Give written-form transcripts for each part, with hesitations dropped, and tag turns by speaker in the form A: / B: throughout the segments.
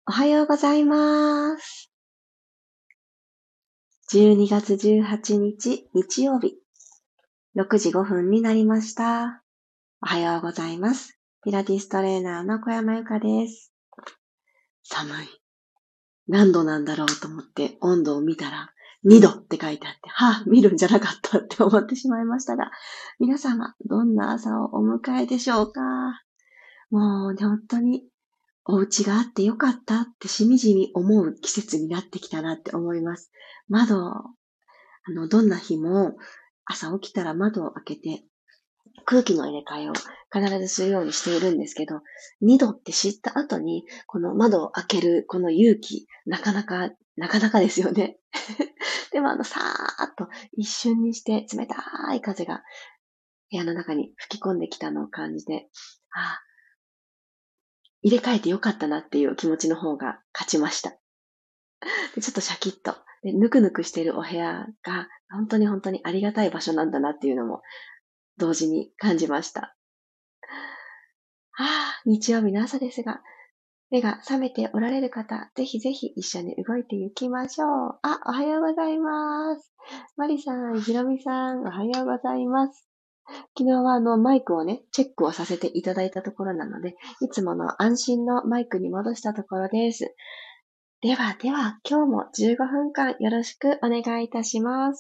A: おはようございます。12月18日日曜日、6時5分になりました。おはようございます。ピラティストレーナーの小山由かです。寒い。何度なんだろうと思って温度を見たら2度って書いてあって、見るんじゃなかったって思ってしまいましたが、皆様、どんな朝をお迎えでしょうか？もうね、本当にお家があってよかったってしみじみ思う季節になってきたなって思います。どんな日も朝起きたら窓を開けて空気の入れ替えを必ずするようにしているんですけど、2度って知った後に、この窓を開けるこの勇気、なかなかですよね。でもさーっと一瞬にして冷たい風が部屋の中に吹き込んできたのを感じて、入れ替えてよかったなっていう気持ちの方が勝ちました。でちょっとシャキッと、ぬくぬくしているお部屋が本当にありがたい場所なんだなっていうのも同時に感じました。日曜日の朝ですが、目が覚めておられる方、ぜひぜひ一緒に動いていきましょう。おはようございます。マリさん、ひろみさん、おはようございます。昨日はマイクをね、チェックをさせていただいたところなので、いつもの安心のマイクに戻したところです。では、今日も15分間よろしくお願いいたします。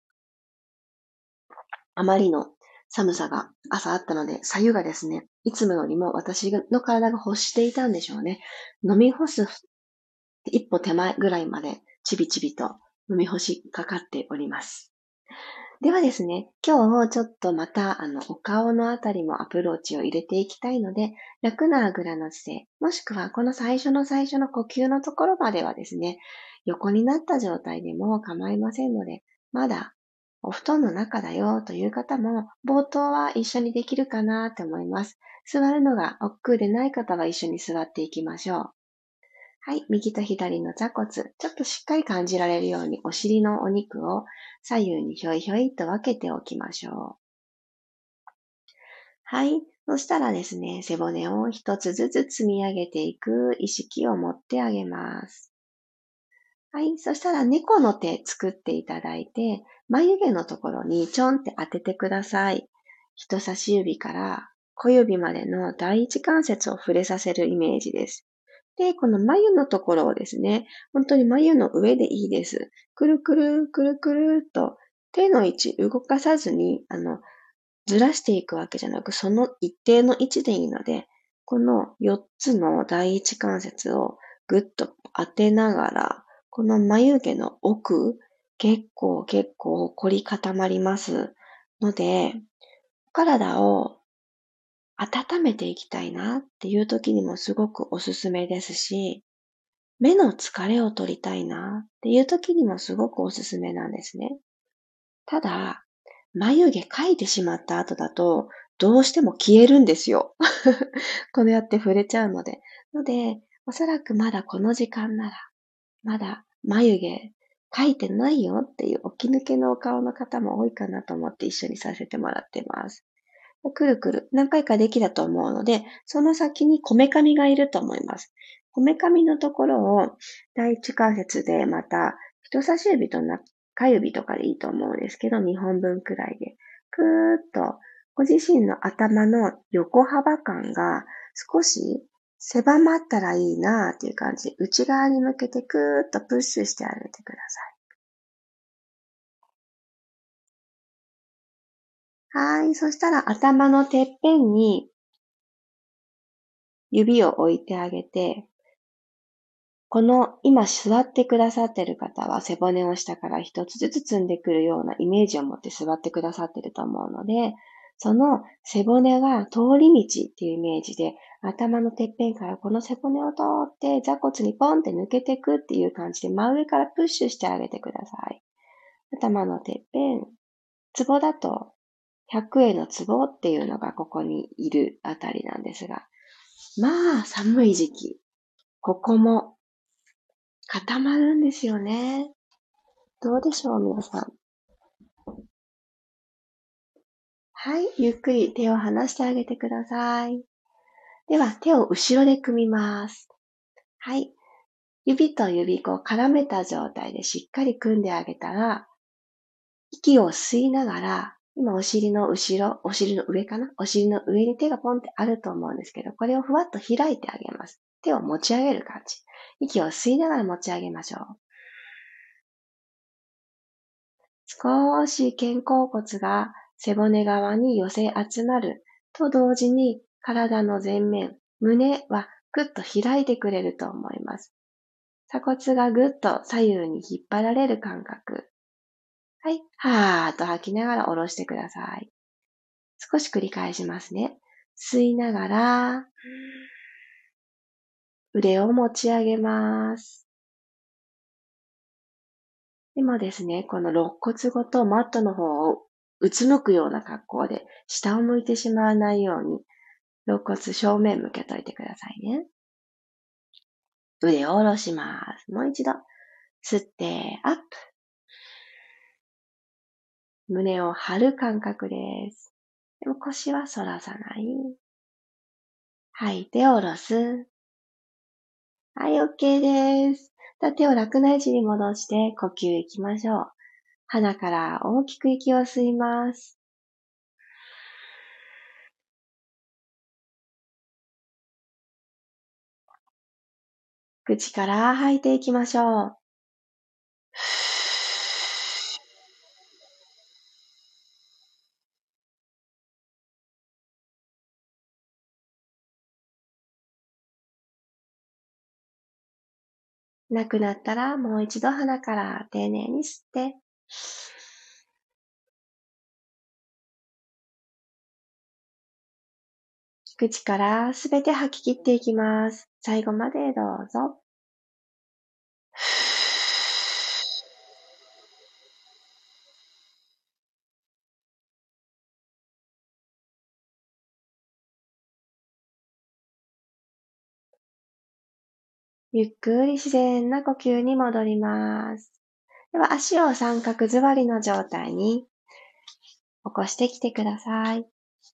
A: あまりの寒さが朝あったので、白湯がですね、いつもよりも私の体が欲していたんでしょうね。飲み干す一歩手前ぐらいまでちびちびと飲み干しかかっております。ではですね、今日ちょっとまたお顔のあたりもアプローチを入れていきたいので、楽なあぐらの姿勢、もしくはこの最初の呼吸のところまではですね、横になった状態でも構いませんので、まだお布団の中だよという方も、冒頭は一緒にできるかなと思います。座るのが億劫でない方は一緒に座っていきましょう。はい、右と左の座骨、ちょっとしっかり感じられるようにお尻のお肉を左右にひょいひょいと分けておきましょう。はい、そしたらですね、背骨を一つずつ積み上げていく意識を持ってあげます。はい、そしたら猫の手作っていただいて、眉毛のところにちょんって当ててください。人差し指から小指までの第一関節を触れさせるイメージです。で、この眉のところをですね、本当に眉の上でいいです。くるくる、くるくるっと手の位置動かさずに、ずらしていくわけじゃなく、その一定の位置でいいので、この4つの第一関節をぐっと当てながら、この眉毛の奥、結構凝り固まりますので、お体を温めていきたいなっていう時にもすごくおすすめですし、目の疲れを取りたいなっていう時にもすごくおすすめなんですね。ただ、眉毛描いてしまった後だと、どうしても消えるんですよ。こうやって触れちゃうので。おそらくまだこの時間なら、まだ眉毛描いてないよっていう起き抜けのお顔の方も多いかなと思って一緒にさせてもらってます。くるくる何回かできたと思うので、その先にこめかみがいると思います。こめかみのところを第一関節でまた人差し指と中指とかでいいと思うんですけど、2本分くらいで、くーっとご自身の頭の横幅感が少し狭まったらいいなっていう感じで、内側に向けてくーっとプッシュしてあげてください。はい。そしたら頭のてっぺんに指を置いてあげて、この今座ってくださっている方は背骨を下から一つずつ積んでくるようなイメージを持って座ってくださっていると思うので、その背骨が通り道っていうイメージで、頭のてっぺんからこの背骨を通って座骨にポンって抜けていくっていう感じで真上からプッシュしてあげてください。頭のてっぺん、ツボだと100円のツボっていうのがここにいるあたりなんですが、まあ寒い時期、ここも固まるんですよね。どうでしょう、皆さん。はい、ゆっくり手を離してあげてください。では、手を後ろで組みます。 はい。指と指絡めた状態でしっかり組んであげたら、息を吸いながら、今お尻の後ろ、お尻の上かな、お尻の上に手がポンってあると思うんですけど、これをふわっと開いてあげます。手を持ち上げる感じ。息を吸いながら持ち上げましょう。少し肩甲骨が背骨側に寄せ集まると同時に体の前面、胸はぐっと開いてくれると思います。鎖骨がぐっと左右に引っ張られる感覚。はい。はーっと吐きながら下ろしてください。少し繰り返しますね。吸いながら、腕を持ち上げます。今ですね、この肋骨ごとマットの方をうつむくような格好で下を向いてしまわないように肋骨正面向けといてくださいね。腕を下ろします。もう一度。吸って、アップ。胸を張る感覚です。でも腰は反らさない。吐いて下ろす。はい、OK です。手を楽な位置に戻して呼吸いきましょう。鼻から大きく息を吸います。口から吐いていきましょう。なくなったらもう一度鼻から丁寧に吸って、口からすべて吐き切っていきます。最後までどうぞ。ゆっくり自然な呼吸に戻ります。では足を三角座りの状態に起こしてきてください。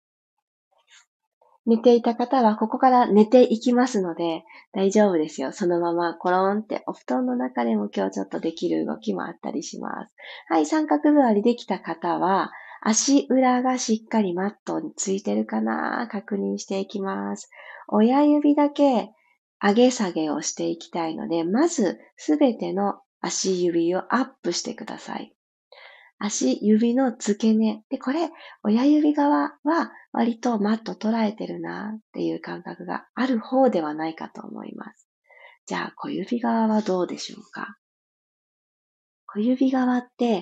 A: 寝ていた方はここから寝ていきますので大丈夫ですよ。そのままコロンってお布団の中でも今日ちょっとできる動きもあったりします。はい、三角座りできた方は足裏がしっかりマットについてるかな確認していきます。親指だけ上げ下げをしていきたいので、まずすべての足指をアップしてください。足指の付け根。で、これ、親指側は割とマット捉えてるなっていう感覚がある方ではないかと思います。じゃあ、小指側はどうでしょうか？小指側って、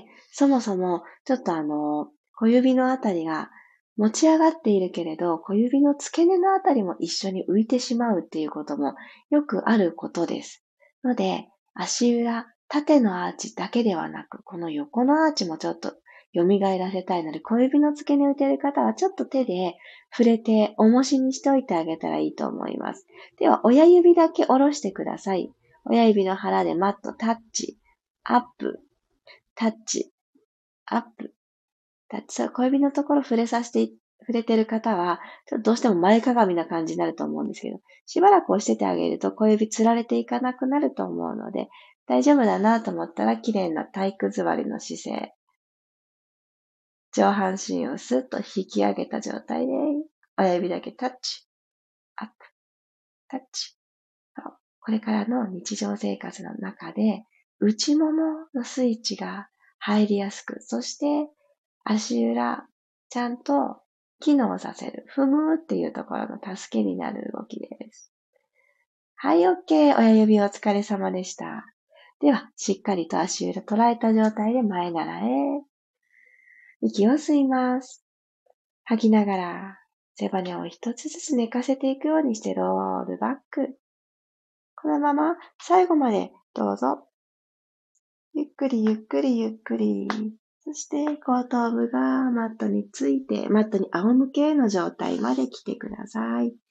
A: そもそも、ちょっと小指のあたりが持ち上がっているけれど、小指の付け根のあたりも一緒に浮いてしまうっていうこともよくあることです。ので、足裏、縦のアーチだけではなく、この横のアーチもちょっと蘇らせたいので、小指の付け根を打てる方はちょっと手で触れて重しにしておいてあげたらいいと思います。では、親指だけ下ろしてください。親指の腹でマットタッチ。アップ、タッチ、アップ、タッチ。そう、小指のところ触れてる方は、ちょっとどうしても前かがみな感じになると思うんですけど、しばらく押しててあげると小指つられていかなくなると思うので、大丈夫だなと思ったら、綺麗な体育座りの姿勢。上半身をスッと引き上げた状態で、親指だけタッチ、アップ、タッチ。これからの日常生活の中で、内もものスイッチが入りやすく、そして足裏、ちゃんと機能させる、踏むっていうところの助けになる動きです。はい、OK。親指お疲れ様でした。では、しっかりと足裏捉えた状態で前ならへ。息を吸います。吐きながら、背骨を一つずつ寝かせていくようにしてロールバック。このまま最後までどうぞ。ゆっくりゆっくりゆっくり。そして後頭部がマットについて、マットに仰向けの状態まで来てください。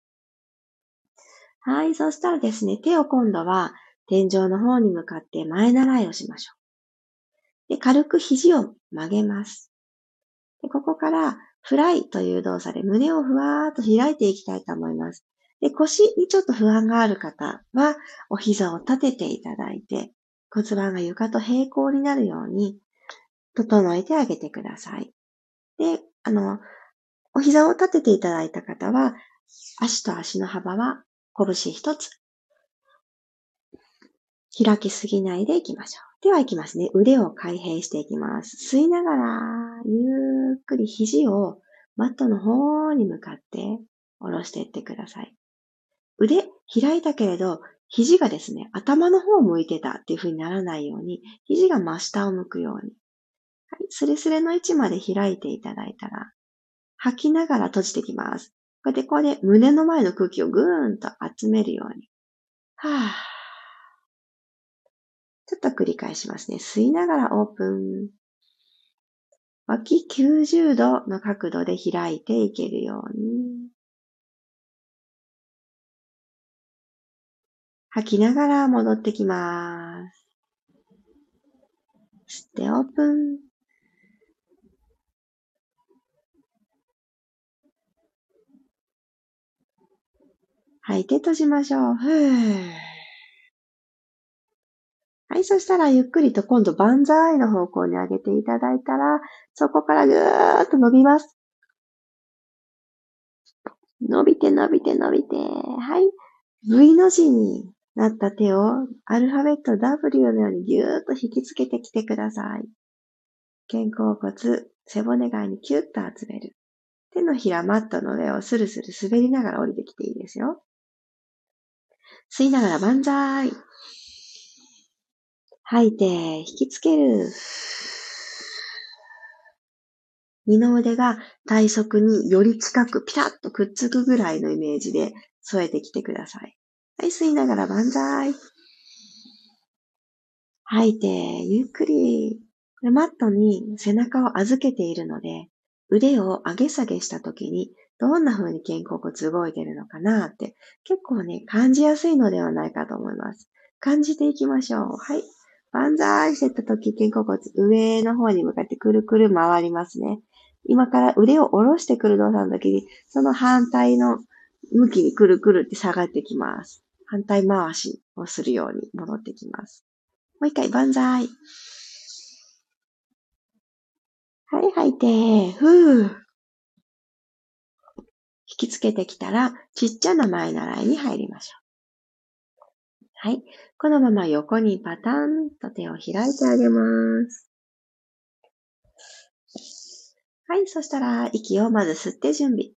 A: はい、そしたらですね、手を今度は天井の方に向かって前習いをしましょう。で、軽く肘を曲げます。で、ここからフライという動作で胸をふわーっと開いていきたいと思います。 で、腰にちょっと不安がある方は、お膝を立てていただいて、骨盤が床と平行になるように整えてあげてください。で、お膝を立てていただいた方は、足と足の幅は拳一つ。開きすぎないでいきましょう。では行きますね。腕を開閉していきます。吸いながら、ゆっくり肘をマットの方に向かって下ろしていってください。腕開いたけれど、肘がですね、頭の方を向いてたっていう風にならないように、肘が真下を向くように。はい、スレスレの位置まで開いていただいたら、吐きながら閉じていきます。ここで胸の前の空気をぐーんと集めるように。はぁ。ちょっと繰り返しますね。吸いながらオープン。脇90度の角度で開いていけるように。吐きながら戻ってきます。吸ってオープン。吐いて閉じましょう。ふぅ。はい、そしたらゆっくりと今度万歳の方向に上げていただいたら、そこからぐーっと伸びます。伸びて伸びて伸びて。はい。V の字になった手をアルファベット W のようにぎゅーっと引きつけてきてください。肩甲骨、背骨側にキュッと集める。手のひらマットの上をスルスル滑りながら降りてきていいですよ。吸いながら万歳。吐いて引きつける。二の腕が体側により近くピタッとくっつくぐらいのイメージで添えてきてください。はい、吸いながら万歳。吐いてゆっくり。マットに背中を預けているので、腕を上げ下げした時にどんな風に肩甲骨動いてるのかなって結構ね、感じやすいのではないかと思います。感じていきましょう。はい。万歳してた時、肩甲骨上の方に向かってくるくる回りますね。今から腕を下ろしてくる動作の時に、その反対の向きにくるくるって下がってきます。反対回しをするように戻ってきます。もう一回、万歳。はい、吐いて、ふぅ。引きつけてきたら、ちっちゃな前習いに入りましょう。はい。このまま横にパタンと手を開いてあげます。はい。そしたら、息をまず吸って準備。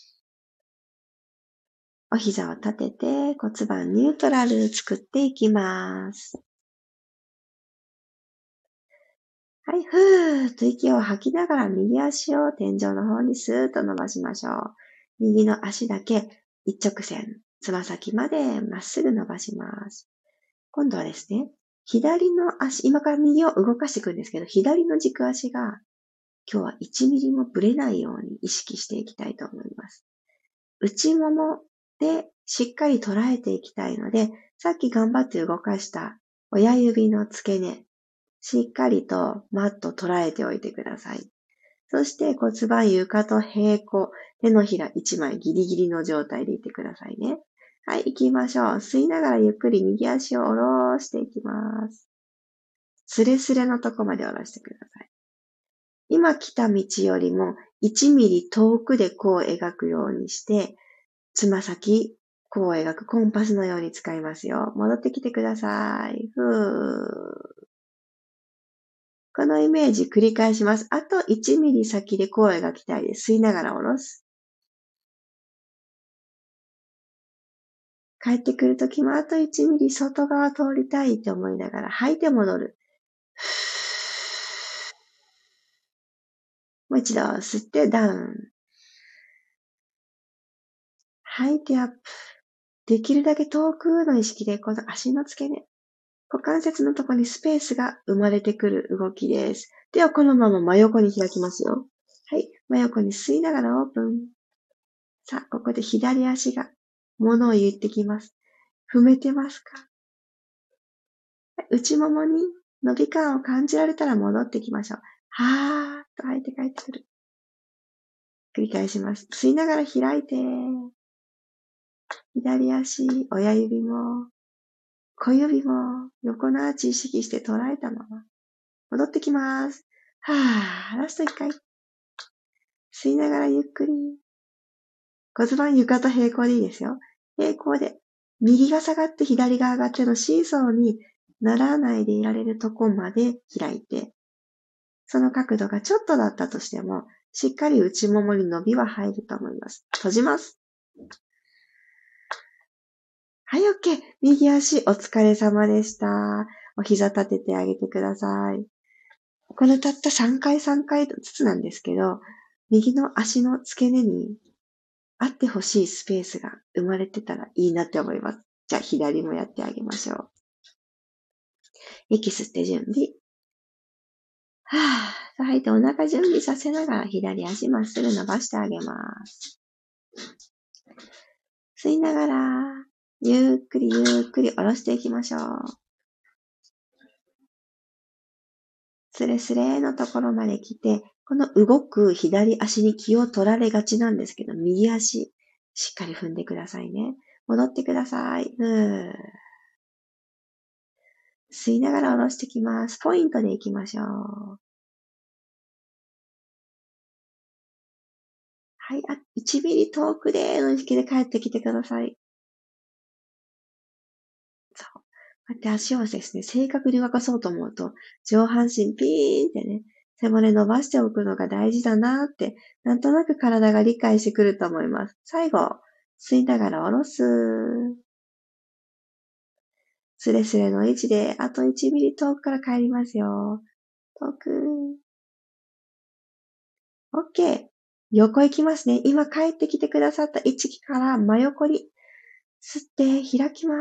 A: お膝を立てて骨盤ニュートラル作っていきます。はい。ふーっと息を吐きながら右足を天井の方にスーッと伸ばしましょう。右の足だけ一直線、つま先までまっすぐ伸ばします。今度はですね、左の足、今から右を動かしていくんですけど、左の軸足が今日は1ミリもぶれないように意識していきたいと思います。内ももでしっかり捉えていきたいので、さっき頑張って動かした親指の付け根、しっかりとマット捉えておいてください。そして骨盤床と平行、手のひら1枚ギリギリの状態でいてくださいね。はい、行きましょう。吸いながらゆっくり右足を下ろしていきます。スレスレのとこまで下ろしてください。今来た道よりも1ミリ遠くでこう描くようにして、つま先、こう描くコンパスのように使いますよ。戻ってきてください。ふー。このイメージ繰り返します。あと1ミリ先でこう描きたいです。吸いながら下ろす。帰ってくるときもあと1ミリ外側通りたいって思いながら吐いて戻る。もう一度吸ってダウン。吐いてアップ。できるだけ遠くの意識でこの足の付け根、股関節のところにスペースが生まれてくる動きです。ではこのまま真横に開きますよ。はい。真横に吸いながらオープン。さあ、ここで左足が物を言ってきます。踏めてますか？内ももに伸び感を感じられたら戻ってきましょう。はーっと吐いて帰ってくる。繰り返します。吸いながら開いて。 左足、親指も、小指も、横のアーチ意識して捉えたまま。戻ってきます。はぁ、ラスト1回。吸いながらゆっくり。骨盤床と平行でいいですよ。平行で。右が下がって左が上がってのシーソーにならないでいられるとこまで開いて、その角度がちょっとだったとしても、しっかり内ももに伸びは入ると思います。閉じます。はい、OK。右足お疲れ様でした。お膝立ててあげてください。このたった3回ずつなんですけど、右の足の付け根にあってほしいスペースが生まれてたらいいなって思います。じゃあ左もやってあげましょう。息吸って準備。はぁ。吐いてお腹準備させながら左足まっすぐ伸ばしてあげます。吸いながら、ゆっくり下ろしていきましょう。スレスレのところまで来て、この動く左足に気を取られがちなんですけど、右足、しっかり踏んでくださいね。戻ってください。吸いながら下ろしてきます。ポイントでいきましょう。はい、1ミリ遠くでの意識で帰ってきてください。そう。こうやって足をですね、正確に動かそうと思うと、上半身ピーンってね、背骨伸ばしておくのが大事だなって、なんとなく体が理解してくると思います。最後、吸いながら下ろす。スレスレの位置で、あと1ミリ遠くから帰りますよ。遠く。OK。横行きますね。今帰ってきてくださった位置から真横に吸って開きます。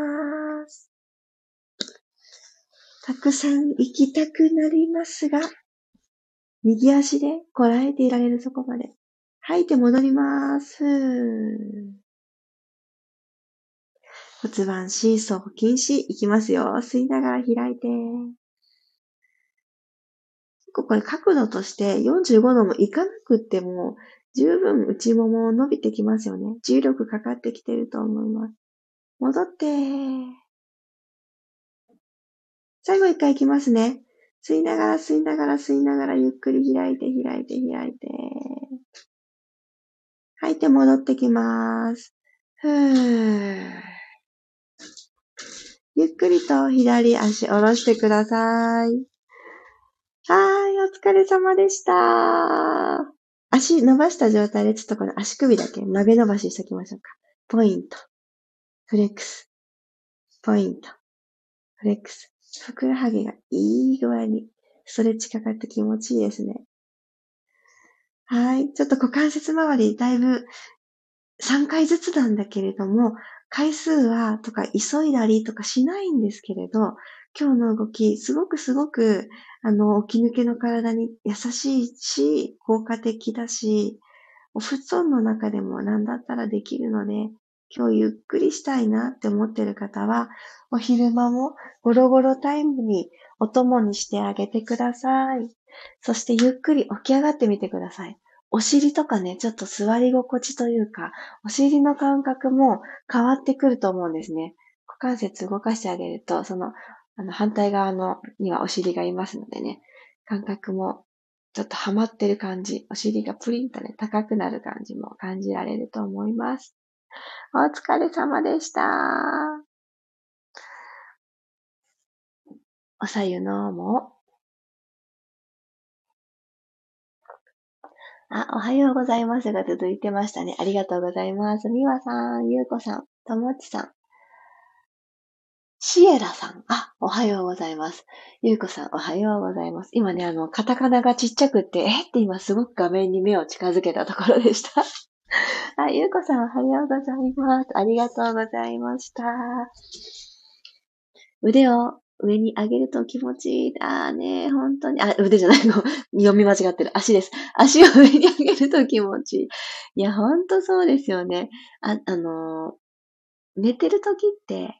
A: たくさん行きたくなりますが、右足でこらえていられるとこまで。吐いて戻ります。骨盤シーソー禁止いきますよ。吸いながら開いて。これ角度として45度もいかなくっても十分内もも伸びてきますよね。重力かかってきてると思います。戻って。最後一回いきますね。吸いながらゆっくり開いて。吐いて戻ってきます。ふー。ゆっくりと左足下ろしてください。はい、お疲れ様でした。足伸ばした状態でちょっとこの足首だけ曲げ伸ばししておきましょうか。ポイント、フレックス、ポイント、フレックス。ふくらはぎがいい具合にストレッチかかって気持ちいいですね。はい。ちょっと股関節周りだいぶ3回ずつなんだけれども、回数はとか急いだりとかしないんですけれど、今日の動き、すごく起き抜けの体に優しいし、効果的だし、お布団の中でも何だったらできるので、今日ゆっくりしたいなって思ってる方は、お昼間もゴロゴロタイムにお供にしてあげてください。そしてゆっくり起き上がってみてください。お尻とかね、ちょっと座り心地というか、お尻の感覚も変わってくると思うんですね。股関節動かしてあげると、反対側にはお尻がいますのでね、感覚もちょっとハマってる感じ、お尻がプリンとね、高くなる感じも感じられると思います。お疲れ様でした。おさゆのも。おはようございますが続いてましたね。ありがとうございます。みわさん、ゆうこさん、ともちさん、シエラさん、おはようございます。ゆうこさん、おはようございます。今ね、カタカナがちっちゃくって、って今すごく画面に目を近づけたところでした。ゆうこさん、おはようございます。ありがとうございました。腕を上に上げると気持ちいいだね。本当に。腕じゃないの。読み間違ってる。足です。足を上に上げると気持ちいい。いや、本当そうですよね。寝てる時って、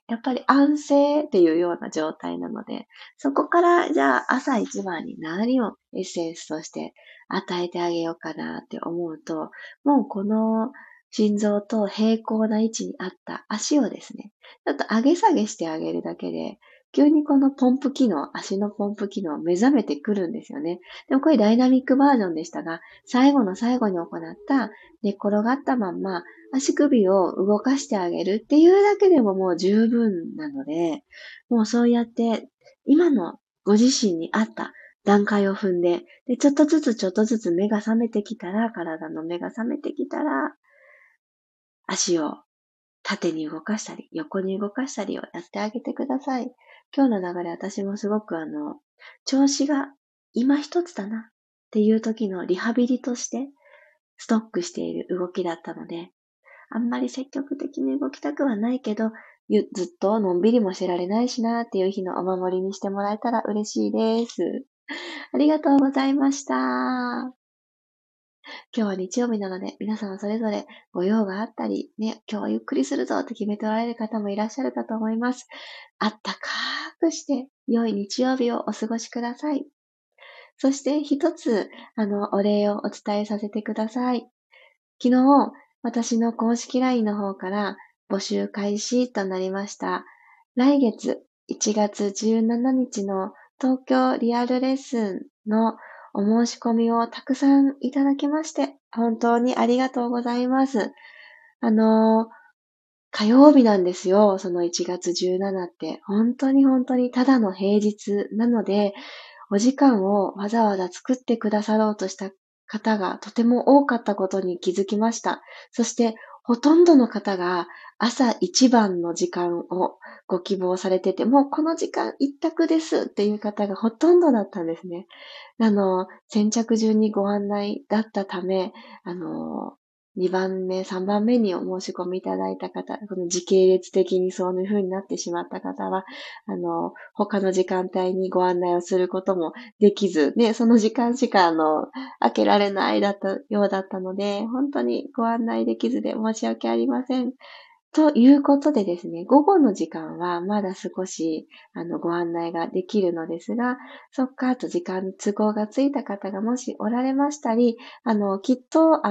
A: やっぱり安静っていうような状態なので、そこから、じゃあ朝一番に何をエッセンスとして与えてあげようかなって思うと、もうこの心臓と平行な位置にあった足をですね、ちょっと上げ下げしてあげるだけで、急にこのポンプ機能、足のポンプ機能目覚めてくるんですよね。でもこれダイナミックバージョンでしたが、最後の最後に行った寝っ転がったまんま足首を動かしてあげるっていうだけでももう十分なので、もうそうやって今のご自身に合った段階を踏んで、で、ちょっとずつちょっとずつ目が覚めてきたら、体の目が覚めてきたら、足を縦に動かしたり、横に動かしたりをやってあげてください。今日の流れ、私もすごく調子が今一つだなっていう時のリハビリとしてストックしている動きだったので、あんまり積極的に動きたくはないけど、ずっとのんびりもしてられないしなっていう日のお守りにしてもらえたら嬉しいです。ありがとうございました。今日は日曜日なので、皆さんそれぞれご用があったり、ね、今日はゆっくりするぞって決めておられる方もいらっしゃるかと思います。あったかくして、良い日曜日をお過ごしください。そして一つ、お礼をお伝えさせてください。昨日、私の公式 LINE の方から募集開始となりました。来月1月17日の東京リアルレッスンのお申し込みをたくさんいただきまして、本当にありがとうございます。火曜日なんですよ。その1月17って。本当に本当にただの平日なので、お時間をわざわざ作ってくださろうとした方がとても多かったことに気づきました。そして、ほとんどの方が朝一番の時間をご希望されてて、もうこの時間一択ですっていう方がほとんどだったんですね。先着順にご案内だったため、2番目、3番目にお申し込みいただいた方、この時系列的にそういう風になってしまった方は、他の時間帯にご案内をすることもできず、ね、その時間しか、開けられないだったようだったので、本当にご案内できずで申し訳ありません。ということでですね、午後の時間はまだ少し、ご案内ができるのですが、そっか、あと時間に都合がついた方がもしおられましたり、きっと、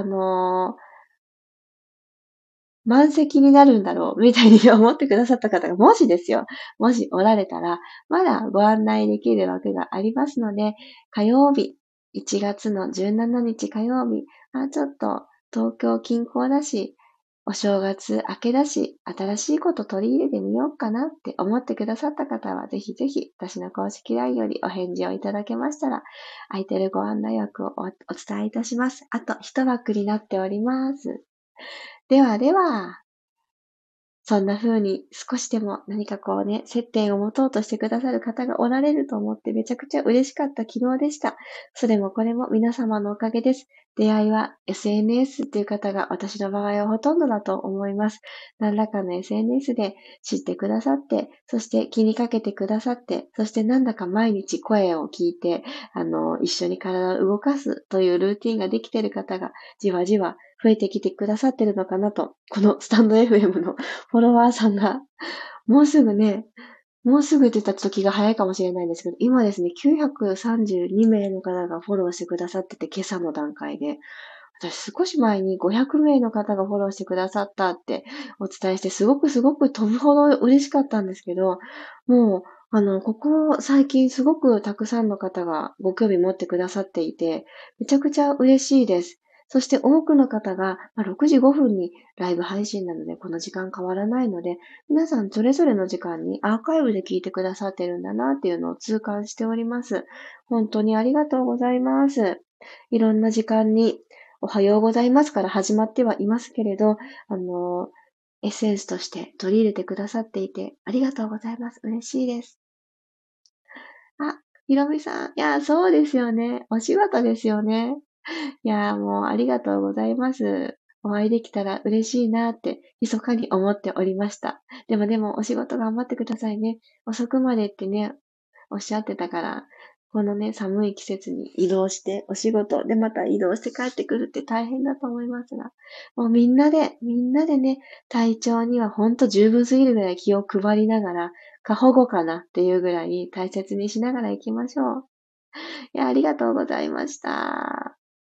A: 満席になるんだろう、みたいに思ってくださった方が、もしですよ、もしおられたら、まだご案内できる枠がありますので、火曜日、1月の17日火曜日、ちょっと東京近郊だし、お正月明けだし、新しいこと取り入れてみようかなって思ってくださった方は、ぜひぜひ私の公式 LINE よりお返事をいただけましたら、空いてるご案内枠をお伝えいたします。あと一枠になっております。ではでは、そんな風に少しでも何かこうね、接点を持とうとしてくださる方がおられると思ってめちゃくちゃ嬉しかった昨日でした。それもこれも皆様のおかげです。出会いは SNS っていう方が私の場合はほとんどだと思います。何らかの SNS で知ってくださって、そして気にかけてくださって、そしてなんだか毎日声を聞いて、一緒に体を動かすというルーティンができている方がじわじわ増えてきてくださってるのかなと、このスタンド FM のフォロワーさんが、もうすぐね、もうすぐって言ったら時が早いかもしれないんですけど、今ですね、932名の方がフォローしてくださってて、今朝の段階で。私少し前に500名の方がフォローしてくださったってお伝えして、すごくすごく飛ぶほど嬉しかったんですけど、もう、ここ最近すごくたくさんの方がご興味持ってくださっていて、めちゃくちゃ嬉しいです。そして多くの方が、6時5分にライブ配信なので、この時間変わらないので、皆さんそれぞれの時間にアーカイブで聞いてくださってるんだなっていうのを痛感しております。本当にありがとうございます。いろんな時間におはようございますから始まってはいますけれど、エッセンスとして取り入れてくださっていて、ありがとうございます。嬉しいです。ひろみさん。いや、そうですよね。お仕事ですよね。いや、もうありがとうございます。お会いできたら嬉しいなって、密かに思っておりました。でも、お仕事頑張ってくださいね。遅くまでってね、おっしゃってたから、このね、寒い季節に移動して、お仕事でまた移動して帰ってくるって大変だと思いますが、もうみんなでね、体調にはほんと十分すぎるぐらい気を配りながら、過保護かなっていうぐらい大切にしながら行きましょう。いや、ありがとうございました。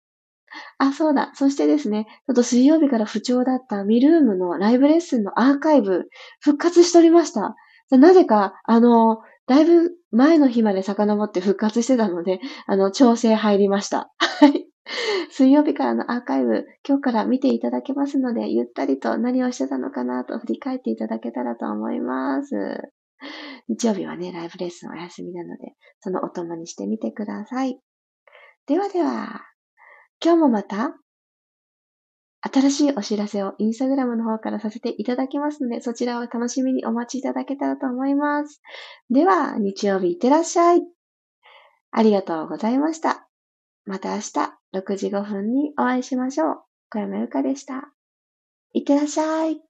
A: あ、そうだ。そしてですね、ちょっと水曜日から不調だったミルームのライブレッスンのアーカイブ、復活しておりました。なぜか、だいぶ前の日まで遡って復活してたので、調整入りました。はい。水曜日からのアーカイブ、今日から見ていただけますので、ゆったりと何をしてたのかなと振り返っていただけたらと思います。日曜日はね、ライブレッスンお休みなので、そのお供にしてみてください。ではでは、今日もまた新しいお知らせをインスタグラムの方からさせていただきますので、そちらを楽しみにお待ちいただけたらと思います。では、日曜日いってらっしゃい。ありがとうございました。また明日6時5分にお会いしましょう。小山由かでした。いってらっしゃい。